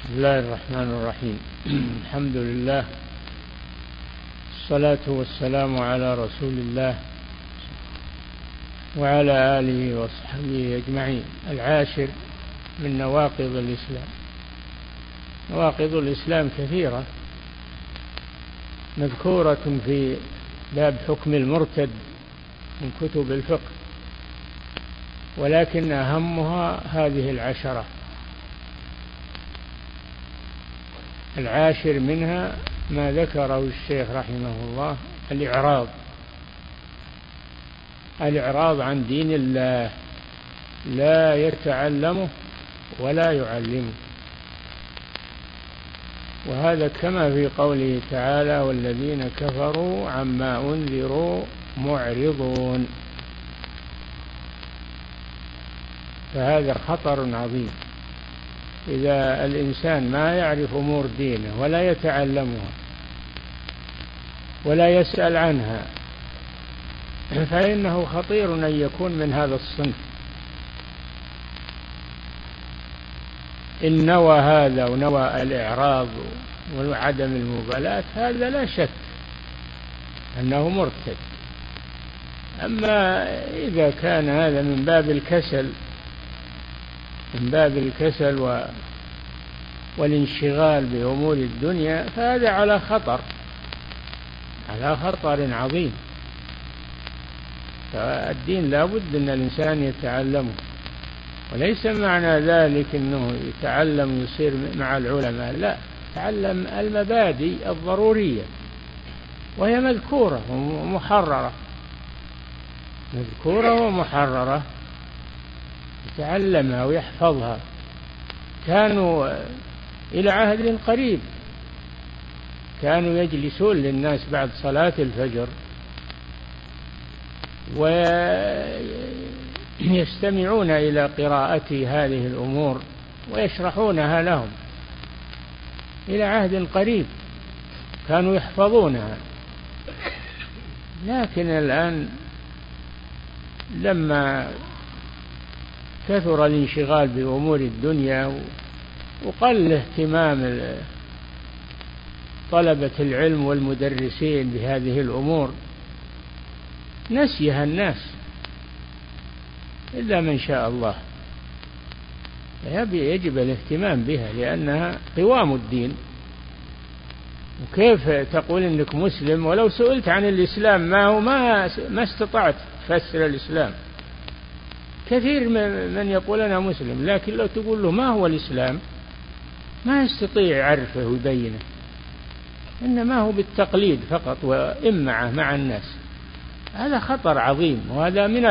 بسم الله الرحمن الرحيم. الحمد لله، الصلاة والسلام على رسول الله وعلى آله وصحبه أجمعين. العاشر من نواقض الإسلام. نواقض الإسلام كثيرة مذكورة في باب حكم المرتد من كتب الفقه، ولكن أهمها هذه العشرة. العاشر منها ما ذكره الشيخ رحمه الله: الإعراض عن دين الله، لا يتعلمه ولا يعلمه. وهذا كما في قوله تعالى: والذين كفروا عما أنذروا معرضون. فهذا خطر عظيم إذا الإنسان ما يعرف أمور دينه ولا يتعلمها ولا يسأل عنها، فإنه خطير أن يكون من هذا الصنف. إن نوى هذا ونوى الإعراض وعدم المبالاة، هذا لا شك أنه مرتد. أما إذا كان هذا من باب الكسل والانشغال بأمور الدنيا، فهذا على خطر عظيم. فالدين لا بد أن الإنسان يتعلمه، وليس معنى ذلك أنه يتعلم يصير مع العلماء، لا، يتعلم المبادئ الضرورية وهي مذكورة ومحررة، يتعلمها ويحفظها. كانوا إلى عهد قريب كانوا يجلسون للناس بعد صلاة الفجر ويستمعون إلى قراءة هذه الأمور ويشرحونها لهم. إلى عهد قريب كانوا يحفظونها. لكن الآن لما كثر الانشغال بأمور الدنيا وقل اهتمام طلبة العلم والمدرسين بهذه الأمور، نسيها الناس إلا من شاء الله. يجب الاهتمام بها لأنها قوام الدين. وكيف تقول إنك مسلم ولو سئلت عن الإسلام ما استطعت تفسر الإسلام؟ كثير من يقول أنا مسلم، لكن لو تقول له ما هو الإسلام ما يستطيع يعرفه ويبينه، إنما هو بالتقليد فقط وإمعة مع الناس. هذا خطر عظيم، وهذا من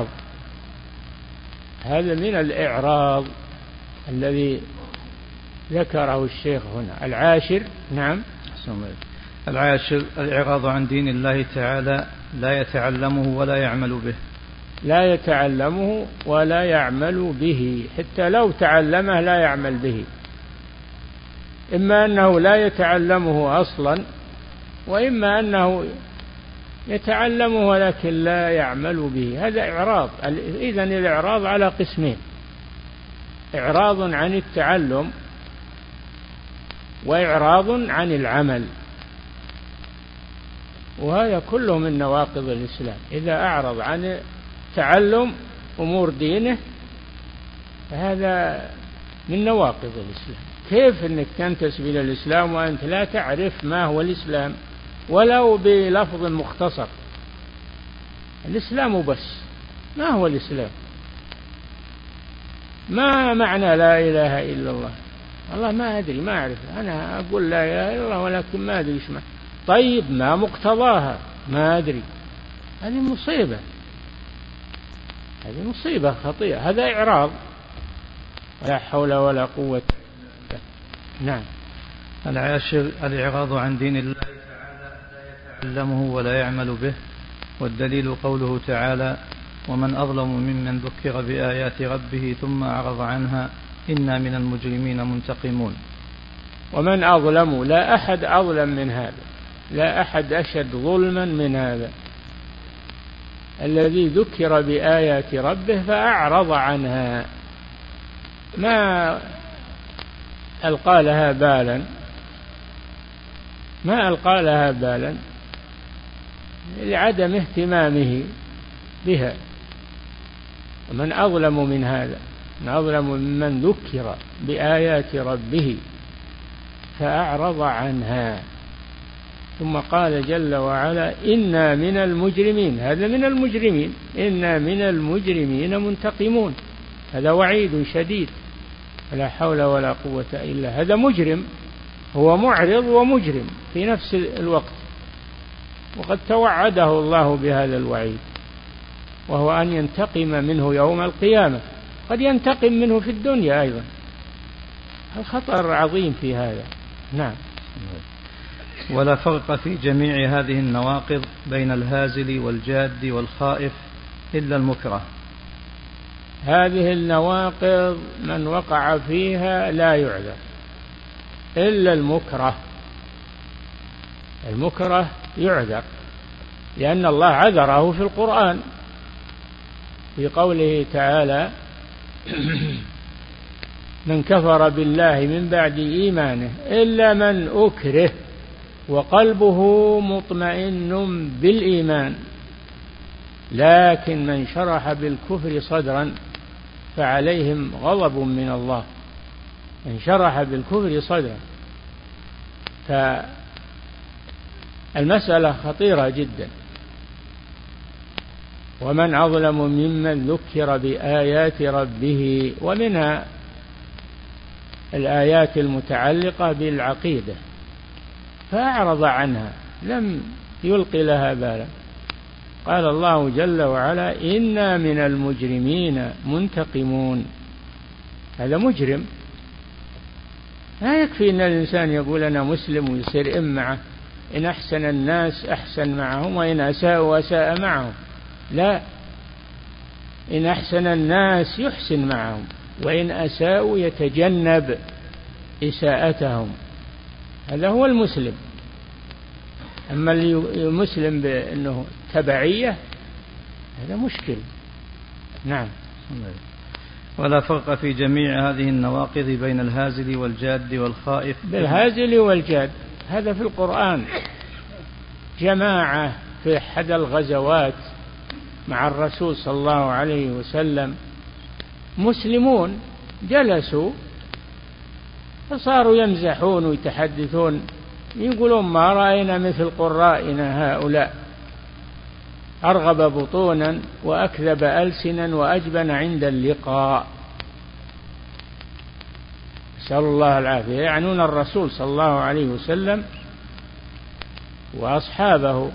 الإعراض الذي ذكره الشيخ هنا. العاشر، نعم، العاشر الإعراض عن دين الله تعالى، لا يتعلمه ولا يعمل به. لا يتعلمه ولا يعمل به، حتى لو تعلمه لا يعمل به. إما أنه لا يتعلمه أصلا، وإما أنه يتعلمه ولكن لا يعمل به. هذا إعراض. إذن الإعراض على قسمين: إعراض عن التعلم وإعراض عن العمل. وهذا كله من نواقض الإسلام. إذا أعرض عن تعلم أمور دينه فهذا من نواقض الإسلام. كيف أنك تنتسب إلى الإسلام وأنت لا تعرف ما هو الإسلام ولو بلفظ مختصر؟ الإسلام بس، ما هو الإسلام؟ ما معنى لا إله إلا الله؟ والله ما أدري، ما أعرف. أنا أقول لا إله إلا الله ولكن ما أدري إيش معنى. طيب ما مقتضاها؟ ما أدري. هذه مصيبة خطيرة. هذا إعراض. لا حول ولا قوة. نعم. العاشر الإعراض عن دين الله تعالى، لا يتعلمه ولا يعمل به. والدليل قوله تعالى: ومن أظلم ممن ذكر بآيات ربه ثم أعرض عنها إنا من المجرمين منتقمون. ومن أظلم، لا أحد أظلم من هذا، لا أحد أشد ظلما من هذا، الذي ذكر بآيات ربه فأعرض عنها. ما ألقى لها بالا، ما ألقى لها بالا لعدم اهتمامه بها. ومن أظلم من هذا، من أظلم ممن ذكر بآيات ربه فأعرض عنها. ثم قال جل وعلا إنا من المجرمين، هذا من المجرمين، إنا من المجرمين منتقمون، هذا وعيد شديد، لا حول ولا قوة إلا. هذا مجرم، هو معرض ومجرم في نفس الوقت، وقد توعده الله بهذا الوعيد، وهو أن ينتقم منه يوم القيامة، قد ينتقم منه في الدنيا أيضا. الخطر عظيم في هذا. نعم. ولا فرق في جميع هذه النواقض بين الهازل والجاد والخائف إلا المكره. هذه النواقض من وقع فيها لا يعذر إلا المكره. المكره يعذر، لأن الله عذره في القرآن في قوله تعالى من كفر بالله من بعد إيمانه إلا من أكره وقلبه مطمئن بالإيمان لكن من شرح بالكفر صدرا فعليهم غضب من الله. من شرح بالكفر صدرا، فالمسألة خطيرة جدا. ومن أظلم ممن ذكر بآيات ربه، ومنها الآيات المتعلقة بالعقيدة فأعرض عنها، لم يلقي لها بالا. قال الله جل وعلا إنا من المجرمين منتقمون. هذا مجرم، لا يكفي أن الإنسان يقول أنا مسلم ويصير معه، إن أحسن الناس أحسن معهم وإن أساءوا أساء معهم. لا، إن أحسن الناس يحسن معهم وإن أساءوا يتجنب إساءتهم. هذا هو المسلم. أما المسلم بأنه تبعية هذا مشكل. نعم. ولا فرق في جميع هذه النواقض بين الهازل والجاد والخائف. بالهازل والجاد هذا في القرآن. جماعة في أحد الغزوات مع الرسول صلى الله عليه وسلم مسلمون جلسوا فصاروا يمزحون ويتحدثون، يقولون ما رأينا مثل قرائنا هؤلاء، أرغب بطونا وأكذب ألسنا وأجبن عند اللقاء. نسأل الله العافية. يعنون الرسول صلى الله عليه وسلم وأصحابه.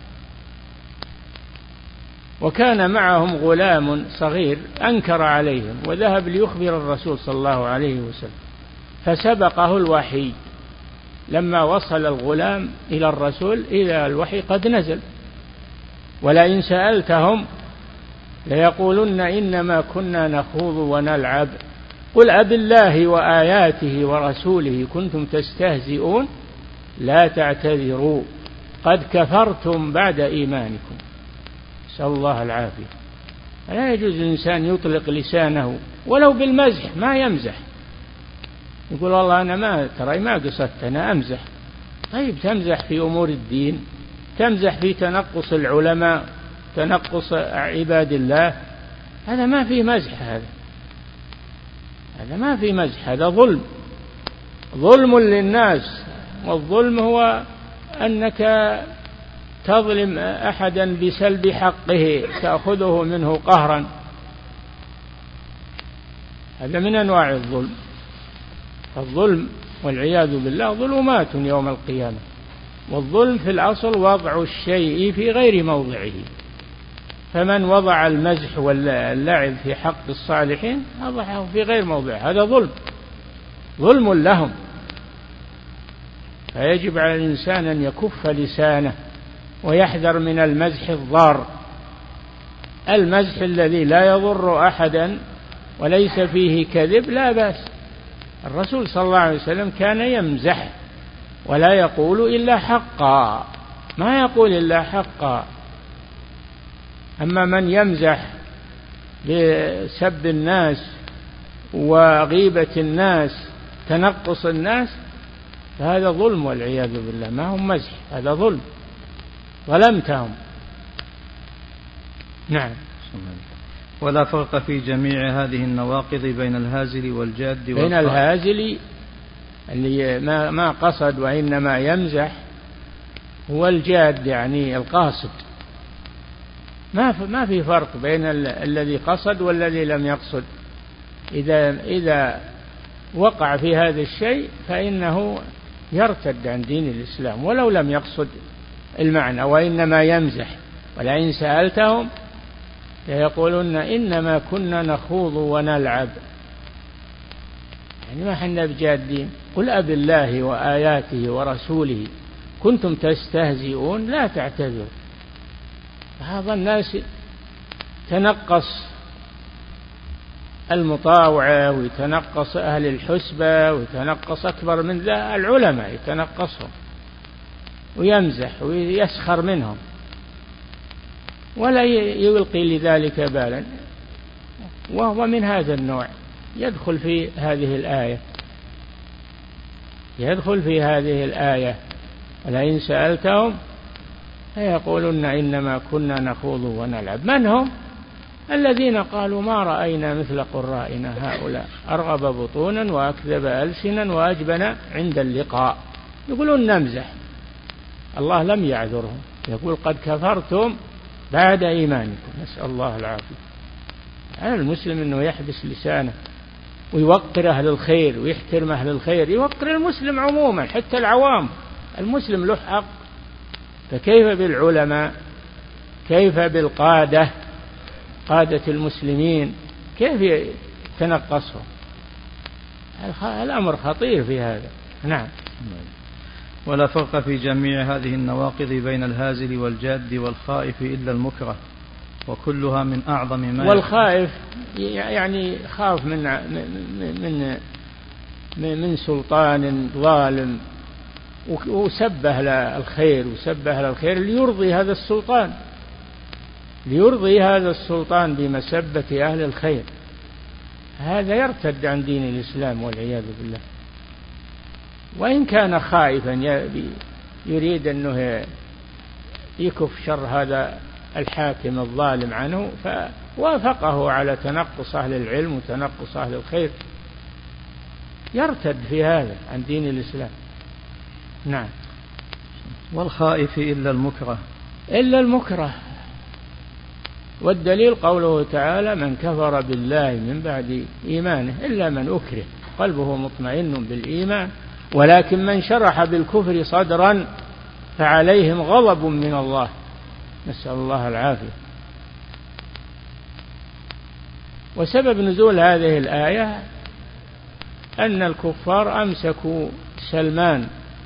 وكان معهم غلام صغير أنكر عليهم وذهب ليخبر الرسول صلى الله عليه وسلم، فسبقه الوحي. لما وصل الغلام إلى الرسول إذا الوحي قد نزل. ولئن سألتهم ليقولن إنما كنا نخوض ونلعب قل أبالله وآياته ورسوله كنتم تستهزئون لا تعتذروا قد كفرتم بعد إيمانكم. نسأل الله العافية. لا يجوز الإنسان يطلق لسانه ولو بالمزح، ما يمزح، يقول والله أنا ما قصدت، أنا أمزح. طيب تمزح في أمور الدين، تمزح في تنقص العلماء، تنقص عباد الله، هذا ما فيه مزح. هذا ما فيه مزح، هذا ظلم للناس. والظلم هو أنك تظلم أحدا بسلب حقه، تأخذه منه قهرا، هذا من أنواع الظلم. الظلم والعياذ بالله ظلمات يوم القيامة. والظلم في الأصل وضع الشيء في غير موضعه، فمن وضع المزح واللعب في حق الصالحين وضعه في غير موضعه، هذا ظلم لهم. فيجب على الإنسان أن يكف لسانه ويحذر من المزح الضار، المزح الذي لا يضر أحدا وليس فيه كذب لا بأس. الرسول صلى الله عليه وسلم كان يمزح ولا يقول إلا حقا، ما يقول إلا حقا. أما من يمزح بسب الناس وغيبة الناس تنقص الناس فهذا ظلم والعياذ بالله، ما هم مزح، هذا ظلم، ظلمتهم. نعم. ولا فرق في جميع هذه النواقض بين الهازل والجاد بين الهازل اللي ما قصد وإنما يمزح، هو الجاد يعني القاصد، ما في فرق بين الذي قصد والذي لم يقصد. إذا وقع في هذا الشيء فإنه يرتد عن دين الإسلام ولو لم يقصد المعنى، وإنما يمزح. ولئن سألتهم يقولون إنما كنا نخوض ونلعب، يعني ما حنا بجادين. قل أب الله وآياته ورسوله كنتم تستهزئون لا تعتذروا. هذا الناس تنقص المطاوعة ويتنقص أهل الحسبة ويتنقص أكبر من ذا العلماء، يتنقصهم ويمزح ويسخر منهم ولا يلقي لذلك بالا، وهو من هذا النوع يدخل في هذه الآية ولئن سألتهم فيقولون إنما كنا نخوض ونلعب. من هم؟ الذين قالوا ما رأينا مثل قرائنا هؤلاء أرغب بطونا وأكذب ألسنا وأجبن عند اللقاء، يقولون نمزح. الله لم يعذرهم، يقول قد كفرتم بعد إيمانكم، نسأل الله العافية. على المسلم أنه يحبس لسانه ويوقر أهل الخير ويحترم أهل الخير، يوقر المسلم عموما حتى العوام. المسلم له حق، فكيف بالعلماء؟ كيف بالقادة، قادة المسلمين، كيف تنقصهم؟ الأمر خطير في هذا. نعم. ولا فرق في جميع هذه النواقض بين الهازل والجاد والخائف إلا المكره، وكلها من أعظم ما والخائف يعني خاف من سلطان ظالم وسبه الخير ليرضي هذا السلطان بمسبة أهل الخير، هذا يرتد عن دين الإسلام والعياذ بالله. وإن كان خائفا يريد أنه يكف شر هذا الحاكم الظالم عنه، فوافقه على تنقص أهل العلم وتنقص أهل الخير، يرتد في هذا عن دين الإسلام. نعم. والخائف إلا المكره، والدليل قوله تعالى من كفر بالله من بعد إيمانه إلا من أكره قلبه مطمئن بالإيمان ولكن من شرح بالكفر صدرا فعليهم غضب من الله، نسأل الله العافية. وسبب نزول هذه الآية أن الكفار أمسكوا سلمان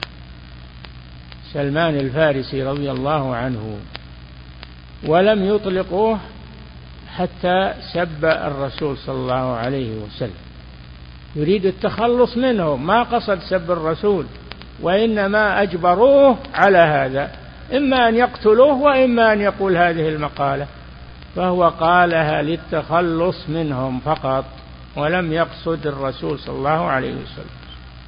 الفارسي رضي الله عنه ولم يطلقوه حتى سب الرسول صلى الله عليه وسلم، يريد التخلص منه، ما قصد سب الرسول وإنما أجبروه على هذا، إما أن يقتلوه وإما أن يقول هذه المقالة، فهو قالها للتخلص منهم فقط ولم يقصد الرسول صلى الله عليه وسلم.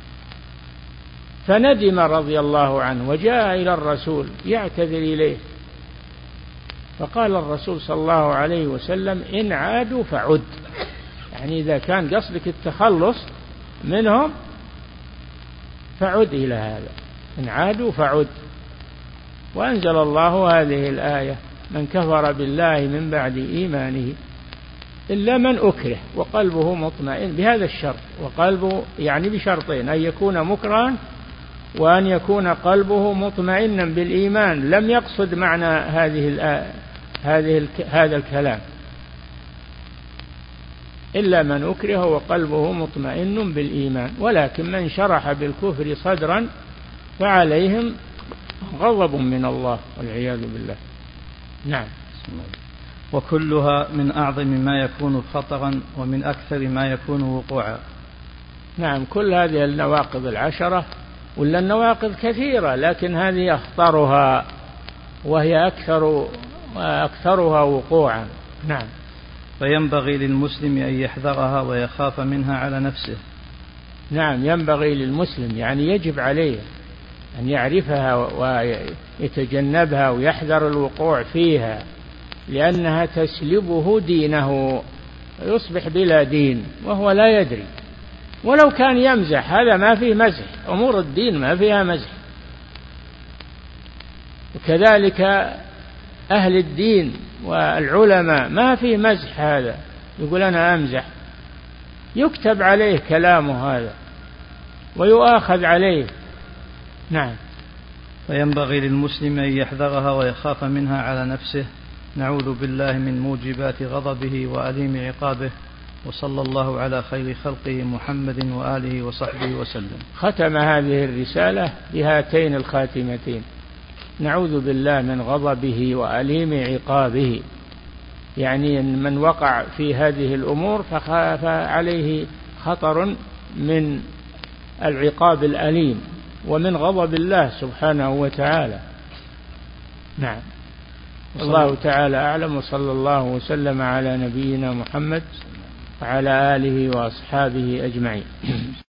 فندم رضي الله عنه وجاء إلى الرسول يعتذر إليه، فقال الرسول صلى الله عليه وسلم إن عادوا فعد، يعني إذا كان قصدك التخلص منهم فعد إلى هذا، إن عادوا فعد. وأنزل الله هذه الآية من كفر بالله من بعد إيمانه إلا من أكره وقلبه مطمئن بهذا الشرط، وقلبه يعني بشرطين، أن يكون مكرها وأن يكون قلبه مطمئنا بالإيمان، لم يقصد معنى هذا الكلام إلا من أكره وقلبه مطمئن بالإيمان، ولكن من شرح بالكفر صدرا فعليهم غضب من الله والعياذ بالله. نعم. وكلها من أعظم ما يكون خطرا ومن أكثر ما يكون وقوعا. نعم، كل هذه النواقض العشرة، ولا النواقض كثيرة لكن هذه أخطرها وهي أكثرها وقوعا. نعم. فينبغي للمسلم أن يحذرها ويخاف منها على نفسه. نعم ينبغي للمسلم، يعني يجب عليه أن يعرفها ويتجنبها ويحذر الوقوع فيها، لأنها تسلبه دينه، يصبح بلا دين وهو لا يدري. ولو كان يمزح، هذا ما فيه مزح، أمور الدين ما فيها مزح. وكذلك أهل الدين والعلماء ما فيه مزح، هذا يقول أنا أمزح، يكتب عليه كلامه هذا ويؤاخذ عليه. نعم. فينبغي للمسلم أن يحذرها ويخاف منها على نفسه. نعوذ بالله من موجبات غضبه وأليم عقابه. وصلى الله على خير خلقه محمد وآله وصحبه وسلم. ختم هذه الرسالة بهاتين الخاتمتين: نعوذ بالله من غضبه وأليم عقابه، يعني من وقع في هذه الأمور فعليه خطر من العقاب الأليم ومن غضب الله سبحانه وتعالى. نعم. الله تعالى أعلم، وصلى الله وسلم على نبينا محمد وعلى آله وأصحابه أجمعين.